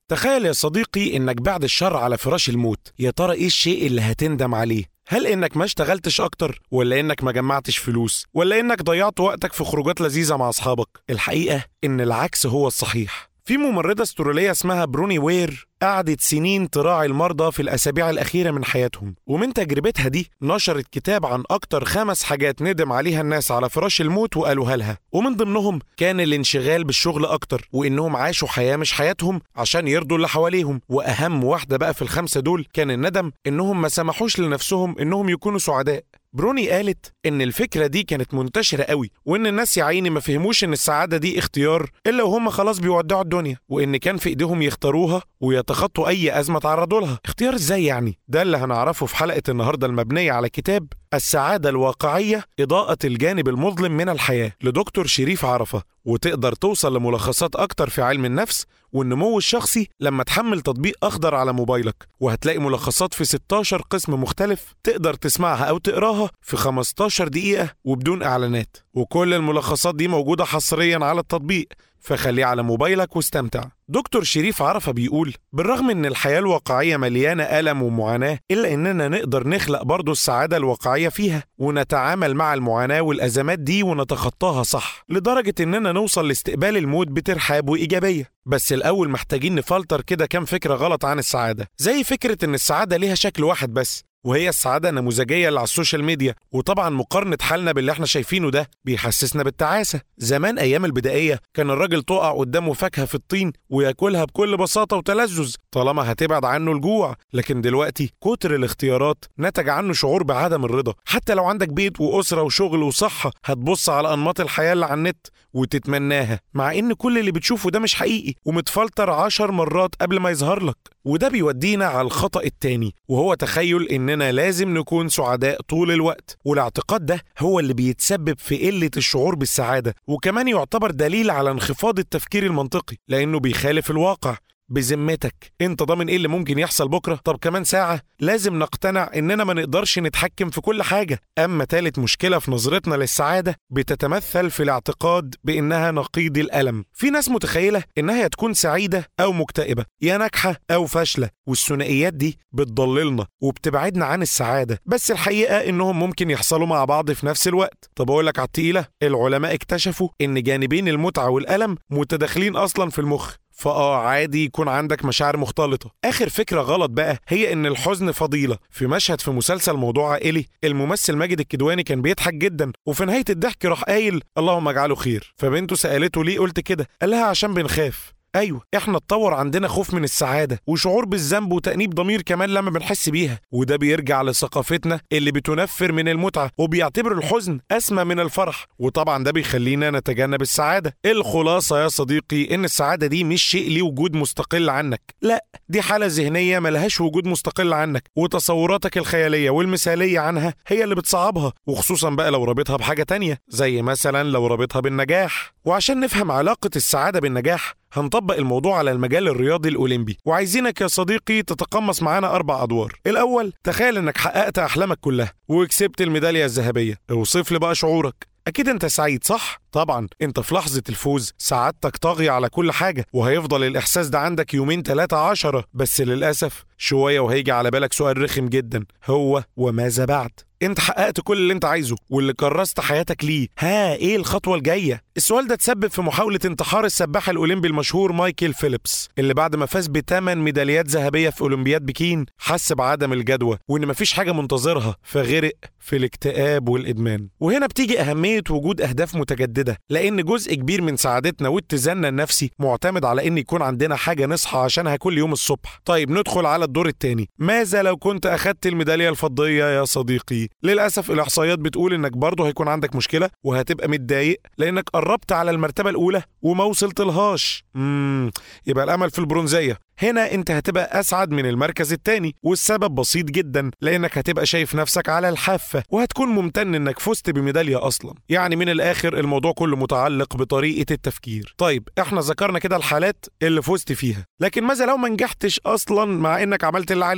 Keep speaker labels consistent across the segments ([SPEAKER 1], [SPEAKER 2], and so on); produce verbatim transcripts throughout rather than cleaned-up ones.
[SPEAKER 1] تخيل يا صديقي إنك بعد الشر على فراش الموت، يا ترى إيه الشيء اللي هتندم عليه؟ هل إنك ما اشتغلتش أكتر؟ ولا إنك ما جمعتش فلوس؟ ولا إنك ضيعت وقتك في خروجات لذيذة مع أصحابك؟ الحقيقة إن العكس هو الصحيح. في ممرضة استرالية اسمها بروني وير قعدت سنين تراعي المرضى في الأسابيع الأخيرة من حياتهم، ومن تجربتها دي نشرت كتاب عن أكتر خمس حاجات ندم عليها الناس على فراش الموت وقالوها لها، ومن ضمنهم كان الانشغال بالشغل أكتر، وإنهم عاشوا حياة مش حياتهم عشان يرضوا اللي حواليهم. وأهم واحدة بقى في الخمسة دول كان الندم إنهم ما سمحوش لنفسهم إنهم يكونوا سعداء. بروني قالت إن الفكرة دي كانت منتشرة قوي، وإن الناس يا عيني ما فهموش إن السعادة دي اختيار إلا وهم خلاص بيودعوا الدنيا، وإن كان في إيديهم يختاروها ويتخطوا أي أزمة تعرضوا لها. اختيار إزاي يعني؟ ده اللي هنعرفه في حلقة النهاردة المبنية على كتاب السعادة الواقعية إضاءة الجانب المظلم من الحياة لدكتور شريف عرفة، وتقدر توصل لملخصات أكتر في علم النفس والنمو الشخصي لما تحمل تطبيق أخضر على موبايلك، وهتلاقي ملخصات في ستاشر قسم مختلف تقدر تسمعها أو تقراها في خمستاشر دقيقة وبدون إعلانات، وكل الملخصات دي موجودة حصريا على التطبيق، فخليه على موبايلك واستمتع. دكتور شريف عرفة بيقول بالرغم ان الحياة الواقعية مليانة ألم ومعاناة، إلا إننا نقدر نخلق برضو السعادة الواقعية فيها، ونتعامل مع المعاناة والأزمات دي ونتخطاها صح، لدرجة إننا نوصل لاستقبال الموت بترحاب وإيجابية. بس الأول محتاجين نفلتر كده كام فكرة غلط عن السعادة، زي فكرة إن السعادة ليها شكل واحد بس، وهي السعادة النموذجية اللي على السوشيال ميديا. وطبعا مقارنة حالنا باللي احنا شايفينه ده بيحسسنا بالتعاسة. زمان أيام البدائية كان الراجل تقع قدامه فاكهة في الطين وياكلها بكل بساطة وتلذذ طالما هتبعد عنه الجوع، لكن دلوقتي كتر الاختيارات نتج عنه شعور بعدم الرضا. حتى لو عندك بيت وأسرة وشغل وصحة هتبص على أنماط الحياة اللي على النت وتتمناها، مع إن كل اللي بتشوفه ده مش حقيقي ومتفلتر عشر مرات قبل ما يظهر لك. وده بيودينا على الخطأ التاني، وهو تخيل إننا لازم نكون سعداء طول الوقت، والاعتقاد ده هو اللي بيتسبب في قلة الشعور بالسعادة، وكمان يعتبر دليل على انخفاض التفكير المنطقي لأنه بيخالف الواقع. بذمتك انت ضامن ايه اللي ممكن يحصل بكرة؟ طب كمان ساعة؟ لازم نقتنع اننا ما نقدرش نتحكم في كل حاجة. اما تالت مشكلة في نظرتنا للسعادة بتتمثل في الاعتقاد بانها نقيض الالم. في ناس متخيلة انها تكون سعيدة او مكتئبة، يا ناجحة او فاشلة، والثنائيات دي بتضللنا وبتبعدنا عن السعادة، بس الحقيقة انهم ممكن يحصلوا مع بعض في نفس الوقت. طب اقول لك على التقيلة، العلماء اكتشفوا ان جانبين المتعة والالم متداخلين اصلا في المخ، فآه عادي يكون عندك مشاعر مختلطة. آخر فكرة غلط بقى هي إن الحزن فضيلة. في مشهد في مسلسل موضوع عائلي الممثل ماجد الكدواني كان بيضحك جدا، وفي نهاية الضحك راح قايل اللهم اجعله خير، فبنته سألته ليه قلت كده؟ قال لها عشان بنخاف. أيوة، إحنا اتطور عندنا خوف من السعادة وشعور بالذنب وتأنيب ضمير كمان لما بنحس بيها، وده بيرجع لثقافتنا اللي بتنفر من المتعة وبيعتبر الحزن أسمى من الفرح، وطبعا ده بيخلينا نتجنب السعادة. الخلاصة يا صديقي إن السعادة دي مش شيء ليه وجود مستقل عنك، لا، دي حالة ذهنية ملهاش وجود مستقل عنك، وتصوراتك الخيالية والمثالية عنها هي اللي بتصعبها، وخصوصا بقى لو رابطها بحاجة تانية، زي مثلا لو رابطها بالنجاح. وعشان نفهم علاقة السعادة بالنجاح هنطبق الموضوع على المجال الرياضي الأولمبي، وعايزينك يا صديقي تتقمص معانا أربع أدوار. الأول، تخيل إنك حققت أحلامك كلها وكسبت الميدالية الذهبية. اوصف لي بقى شعورك. أكيد أنت سعيد صح؟ طبعا أنت في لحظة الفوز سعادتك طاغية على كل حاجة، وهيفضل الإحساس ده عندك يومين تلاتة عشرة، بس للأسف شوية وهيجي على بالك سؤال رخم جدا، هو وماذا بعد؟ انت حققت كل اللي انت عايزه واللي كرست حياتك ليه، ها ايه الخطوة الجاية؟ السؤال ده تسبب في محاولة انتحار السباح الأولمبي المشهور مايكل فيليبس، اللي بعد ما فاز بثمان ميداليات ذهبية في أولمبياد بكين حس بعدم الجدوى وإن مفيش حاجة منتظرها، فغرق في الاكتئاب والإدمان. وهنا بتيجي أهمية وجود أهداف متجددة، لأن جزء كبير من سعادتنا واتزاننا النفسي معتمد على إن يكون عندنا حاجة نصحى عشانها كل يوم الصبح. طيب ندخل على الدور الثاني، ماذا لو كنت أخدت الميدالية الفضية يا صديقي؟ للأسف الإحصائيات بتقول إنك برضه هيكون عندك مشكلة وهتبقى متضايق لأنك قربت على المرتبة الأولى وما وصلت لهاش. امم يبقى الأمل في البرونزية. هنا انت هتبقى أسعد من المركز الثاني، والسبب بسيط جدا، لأنك هتبقى شايف نفسك على الحافة وهتكون ممتن إنك فزت بميدالية أصلا. يعني من الآخر الموضوع كله متعلق بطريقة التفكير. طيب احنا ذكرنا كده الحالات اللي فزت فيها، لكن ماذا لو ما نجحتش أصلا مع إنك عملت اللي عليك؟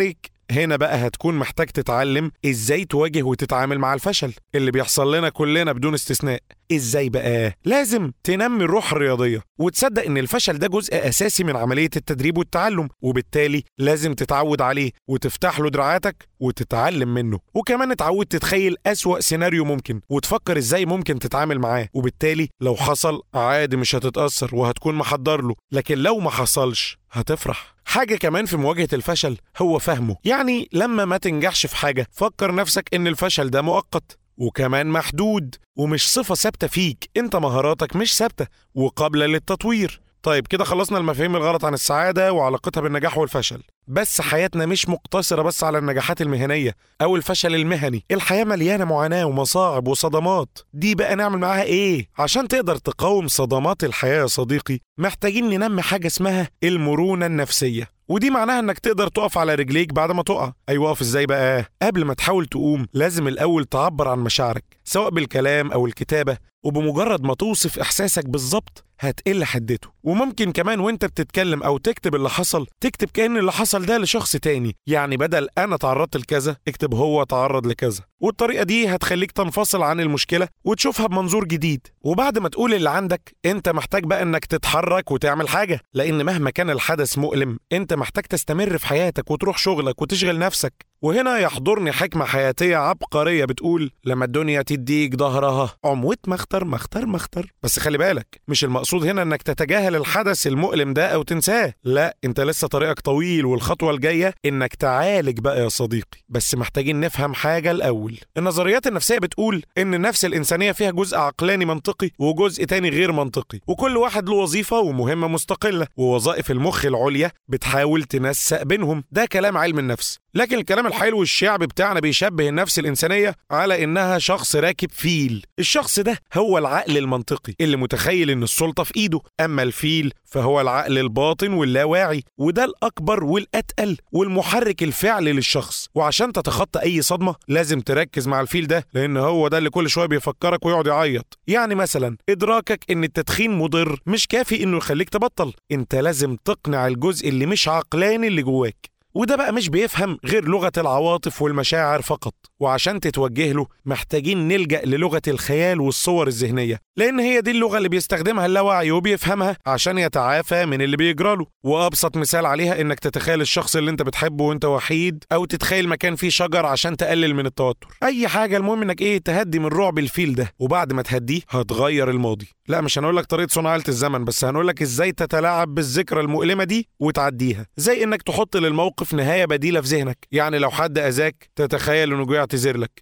[SPEAKER 1] هنا بقى هتكون محتاج تتعلم ازاي تواجه وتتعامل مع الفشل اللي بيحصل لنا كلنا بدون استثناء. ازاي بقى؟ لازم تنمي الروح الرياضية وتصدق ان الفشل ده جزء اساسي من عملية التدريب والتعلم، وبالتالي لازم تتعود عليه وتفتح له دراعاتك وتتعلم منه. وكمان اتعود تتخيل اسوأ سيناريو ممكن وتفكر ازاي ممكن تتعامل معاه، وبالتالي لو حصل عادي مش هتتأثر وهتكون محضر له، لكن لو ما حصلش هتفرح. حاجة كمان في مواجهة الفشل هو فهمه، يعني لما ما تنجحش في حاجة فكر نفسك ان الفشل ده مؤقت وكمان محدود ومش صفة ثابتة فيك، انت مهاراتك مش ثابتة وقابلة للتطوير. طيب كده خلصنا المفاهيم الغلط عن السعادة وعلاقتها بالنجاح والفشل. بس حياتنا مش مقتصرة بس على النجاحات المهنية أو الفشل المهني، الحياة مليانة معاناة ومصاعب وصدمات. دي بقى نعمل معاها إيه؟ عشان تقدر تقاوم صدمات الحياة يا صديقي محتاجين ننمي حاجة اسمها المرونة النفسية، ودي معناها انك تقدر تقف على رجليك بعد ما تقع. ايوه، اقف ازاي بقى؟ قبل ما تحاول تقوم لازم الاول تعبر عن مشاعرك سواء بالكلام او الكتابة، وبمجرد ما توصف احساسك بالظبط هتقل حدته. وممكن كمان وانت بتتكلم او تكتب اللي حصل تكتب كأن اللي حصل ده لشخص تاني، يعني بدل انا تعرضت لكذا اكتب هو تعرض لكذا، والطريقة دي هتخليك تنفصل عن المشكلة وتشوفها بمنظور جديد. وبعد ما تقول اللي عندك انت محتاج بقى انك تتحرك وتعمل حاجة، لان مهما كان الحدث مؤلم انت محتاج تستمر في حياتك وتروح شغلك وتشغل نفسك. وهنا يحضرني حكمة حياتية عبقرية بتقول لما الدنيا تديك ظهرها عموت مختر مختر مختر. بس خلي بالك مش المقصود هنا انك تتجاهل الحدث المؤلم ده او تنساه، لا، انت لسه طريقك طويل، والخطوة الجاية انك تعالج بقى يا صديقي. بس محتاجين نفهم حاجة الاول. النظريات النفسية بتقول ان النفس الانسانية فيها جزء عقلاني منطقي وجزء تاني غير منطقي، وكل واحد له وظيفة ومهمة مستقلة، ووظائف المخ العليا بتحاول تنسق بينهم. ده كلام علم النفس. لكن الكلام الحلو الشعبي بتاعنا بيشبه النفس الإنسانية على إنها شخص راكب فيل. الشخص ده هو العقل المنطقي اللي متخيل إن السلطة في إيده، أما الفيل فهو العقل الباطن واللاواعي، وده الأكبر والأتقل والمحرك الفعلي للشخص. وعشان تتخطى أي صدمة لازم تركز مع الفيل ده، لأن هو ده اللي كل شوية بيفكرك ويقعد يعيط. يعني مثلا إدراكك إن التدخين مضر مش كافي إنه يخليك تبطل، أنت لازم تقنع الجزء اللي مش عقلاني اللي جواك، وده بقى مش بيفهم غير لغة العواطف والمشاعر فقط. وعشان تتوجه له محتاجين نلجأ للغة الخيال والصور الذهنية، لأن هي دي اللغة اللي بيستخدمها اللاوعي وبيفهمها عشان يتعافى من اللي بيجراله. وأبسط مثال عليها إنك تتخيل الشخص اللي أنت بتحبه وأنت وحيد، أو تتخيل مكان فيه شجر عشان تقلل من التوتر. أي حاجة، المهم إنك إيه تهدي من رعب الفيل ده، وبعد ما تهديه هتغير الماضي. لا، مش هنقولك طريقة صنع آلة الزمن، بس هنقولك إزاي تتلاعب بالذكرى المؤلمة دي وتعديها. زي إنك تحط للموقف نهاية بديلة في ذهنك، يعني لو حد أذاك تتخيل إنه جاي يعتذر لك.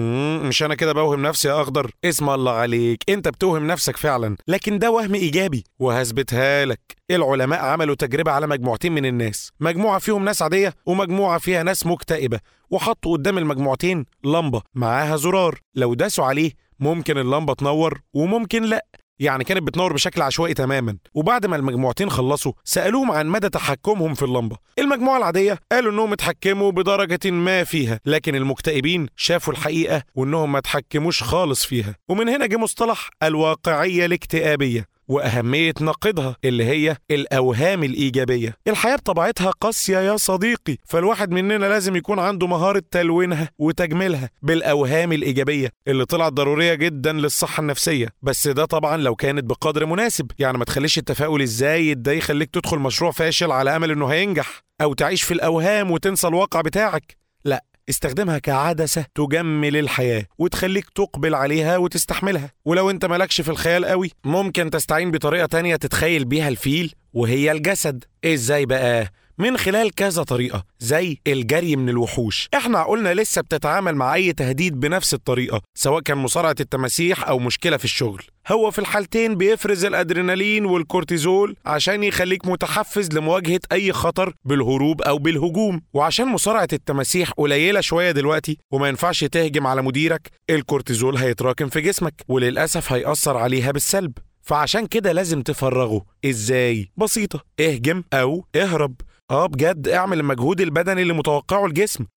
[SPEAKER 1] مش أنا كده بوهم نفسي يا أخضر؟ اسم الله عليك، أنت بتوهم نفسك فعلا، لكن ده وهم إيجابي وهثبتها لك. العلماء عملوا تجربة على مجموعتين من الناس، مجموعة فيهم ناس عادية ومجموعة فيها ناس مكتئبة، وحطوا قدام المجموعتين لمبة معاها زرار، لو داسوا عليه ممكن اللمبة تنور وممكن لأ، يعني كانت بتنور بشكل عشوائي تماما. وبعد ما المجموعتين خلصوا سألوهم عن مدى تحكمهم في اللمبة. المجموعة العادية قالوا انهم اتحكموا بدرجة ما فيها، لكن المكتئبين شافوا الحقيقة وانهم ما اتحكموش خالص فيها. ومن هنا جه مصطلح الواقعية الاكتئابية وأهمية نقدها اللي هي الأوهام الإيجابية. الحياة بطبيعتها قاسية يا صديقي، فالواحد مننا لازم يكون عنده مهارة تلوينها وتجميلها بالأوهام الإيجابية اللي طلعت ضرورية جدا للصحة النفسية. بس ده طبعا لو كانت بقدر مناسب، يعني ما تخليش التفاؤل الزايد ده يخليك تدخل مشروع فاشل على أمل إنه هينجح، أو تعيش في الأوهام وتنسى الواقع بتاعك. لا، استخدمها كعدسة تجمل الحياة وتخليك تقبل عليها وتستحملها. ولو انت مالكش في الخيال قوي ممكن تستعين بطريقة تانية تتخيل بيها الفيل، وهي الجسد. ازاي بقى؟ من خلال كذا طريقة، زي الجري من الوحوش. احنا عقولنا لسه بتتعامل مع اي تهديد بنفس الطريقة، سواء كان مصارعة التماسيح او مشكلة في الشغل. هو في الحالتين بيفرز الادرينالين والكورتيزول عشان يخليك متحفز لمواجهة اي خطر بالهروب او بالهجوم. وعشان مصارعة التماسيح قليلة شوية دلوقتي وما ينفعش تهجم على مديرك، الكورتيزول هيتراكم في جسمك وللأسف هيأثر عليها بالسلب. فعشان كده لازم تفرغه. ازاي؟ بسيطة، اهجم او اهرب. اه بجد، اعمل المجهود البدني اللي متوقعه الجسم.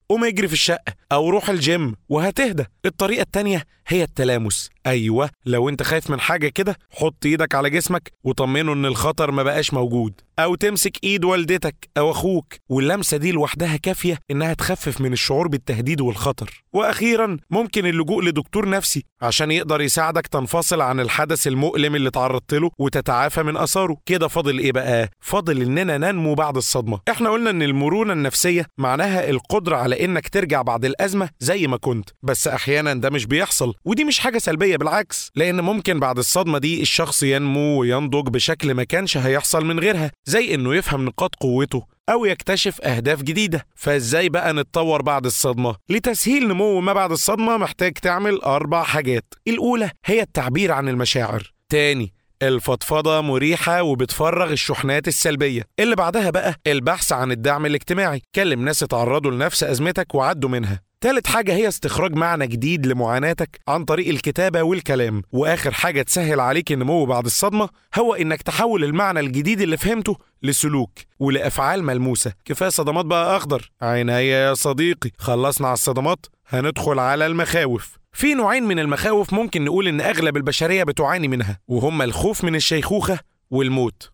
[SPEAKER 1] قوم اجري في الشقة أو روح الجيم وهتهدى. الطريقة التانية هي التلامس. أيوة، لو انت خايف من حاجة كده حط ايدك على جسمك وطمنه ان الخطر ما بقاش موجود، أو تمسك ايد والدتك أو أخوك، واللمسة دي لوحدها كافية انها تخفف من الشعور بالتهديد والخطر. وأخيرا ممكن اللجوء لدكتور نفسي عشان يقدر يساعدك تنفصل عن الحدث المؤلم اللي تعرضت له وتتعافى من أثاره. كده فاضل ايه بقى؟ فاضل اننا ننمو بعد الصدمة. احنا قلنا ان المرونة النفسية معناها القدرة على انك ترجع بعد الأزمة زي ما كنت، بس احيانا ده مش بيحصل، ودي مش حاجة سلبية، بالعكس، لان ممكن بعد الصدمة دي الشخص ينمو وينضج بشكل ما كانش هيحصل من غيرها، زي انه يفهم نقاط قوته أو يكتشف أهداف جديدة. فإزاي بقى نتطور بعد الصدمة؟ لتسهيل نمو ما بعد الصدمة محتاج تعمل أربع حاجات. الأولى هي التعبير عن المشاعر. تاني، الفضفضة مريحة وبتفرغ الشحنات السلبية. اللي بعدها بقى البحث عن الدعم الاجتماعي، كلم ناس اتعرضوا لنفس أزمتك وعدوا منها. تالت حاجة هي استخراج معنى جديد لمعاناتك عن طريق الكتابة والكلام. وآخر حاجة تسهل عليك النمو بعد الصدمة هو إنك تحول المعنى الجديد اللي فهمته لسلوك ولأفعال ملموسة. كفاية صدمات بقى أخضر. عينيا يا صديقي، خلصنا على الصدمات، هندخل على المخاوف. في نوعين من المخاوف ممكن نقول إن أغلب البشرية بتعاني منها، وهما الخوف من الشيخوخة والموت.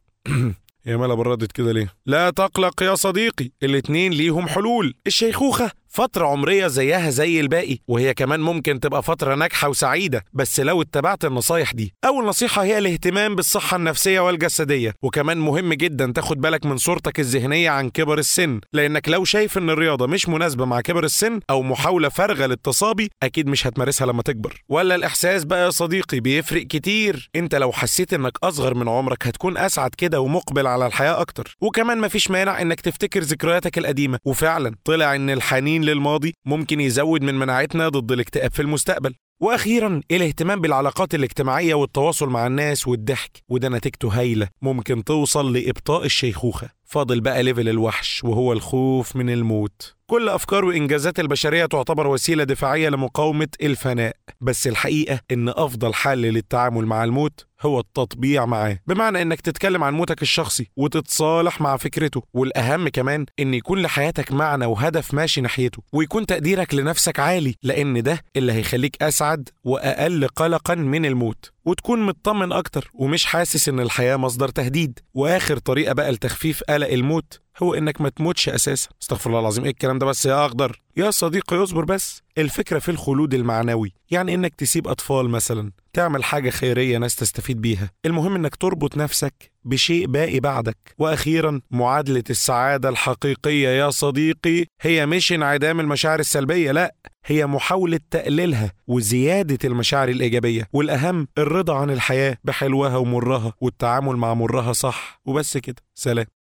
[SPEAKER 1] يا مالا بردت كده ليه؟ لا تقلق يا صديقي، الاتنين ليهم حلول. الشيخوخة فترة عمرية زيها زي الباقي، وهي كمان ممكن تبقى فترة ناجحة وسعيدة بس لو اتبعت النصايح دي. أول نصيحة هي الاهتمام بالصحة النفسية والجسدية، وكمان مهم جدا تاخد بالك من صورتك الذهنية عن كبر السن، لأنك لو شايف إن الرياضة مش مناسبة مع كبر السن أو محاولة فارغة للتصابي أكيد مش هتمارسها لما تكبر. ولا الإحساس بقى يا صديقي بيفرق كتير. أنت لو حسيت إنك أصغر من عمرك هتكون أسعد كده ومقبل على الحياة أكتر. وكمان مفيش مانع إنك تفتكر ذكرياتك القديمة، وفعلا طلع إن الحنين للماضي ممكن يزود من مناعتنا ضد الاكتئاب في المستقبل. وأخيرا الاهتمام بالعلاقات الاجتماعية والتواصل مع الناس والضحك، وده نتيجته هايلة، ممكن توصل لإبطاء الشيخوخة. فاضل بقى ليفل الوحش وهو الخوف من الموت. كل أفكار وإنجازات البشرية تعتبر وسيلة دفاعية لمقاومة الفناء، بس الحقيقة إن أفضل حل للتعامل مع الموت هو التطبيع معاه، بمعنى إنك تتكلم عن موتك الشخصي وتتصالح مع فكرته. والأهم كمان إن يكون لحياتك معنى وهدف ماشي ناحيته، ويكون تقديرك لنفسك عالي، لأن ده اللي هيخليك أسعد وأقل قلقا من الموت، وتكون مطمن أكتر ومش حاسس إن الحياة مصدر تهديد. وآخر طريقة بقى لتخفيف قلق الموت هو إنك ما تموتش أساسا. استغفر الله العظيم، إيه الكلام ده بس يا أخضر؟ يا صديقي اصبر بس. الفكرة في الخلود المعنوي، يعني إنك تسيب أطفال مثلا، تعمل حاجة خيرية ناس تستفيد بيها. المهم إنك تربط نفسك بشيء باقي بعدك. وأخيرا معادلة السعادة الحقيقية يا صديقي هي مش انعدام المشاعر السلبية، لأ، هي محاولة تقليلها وزيادة المشاعر الإيجابية، والأهم الرضا عن الحياة بحلوها ومرها والتعامل مع مرها صح. وبس كده، سلام.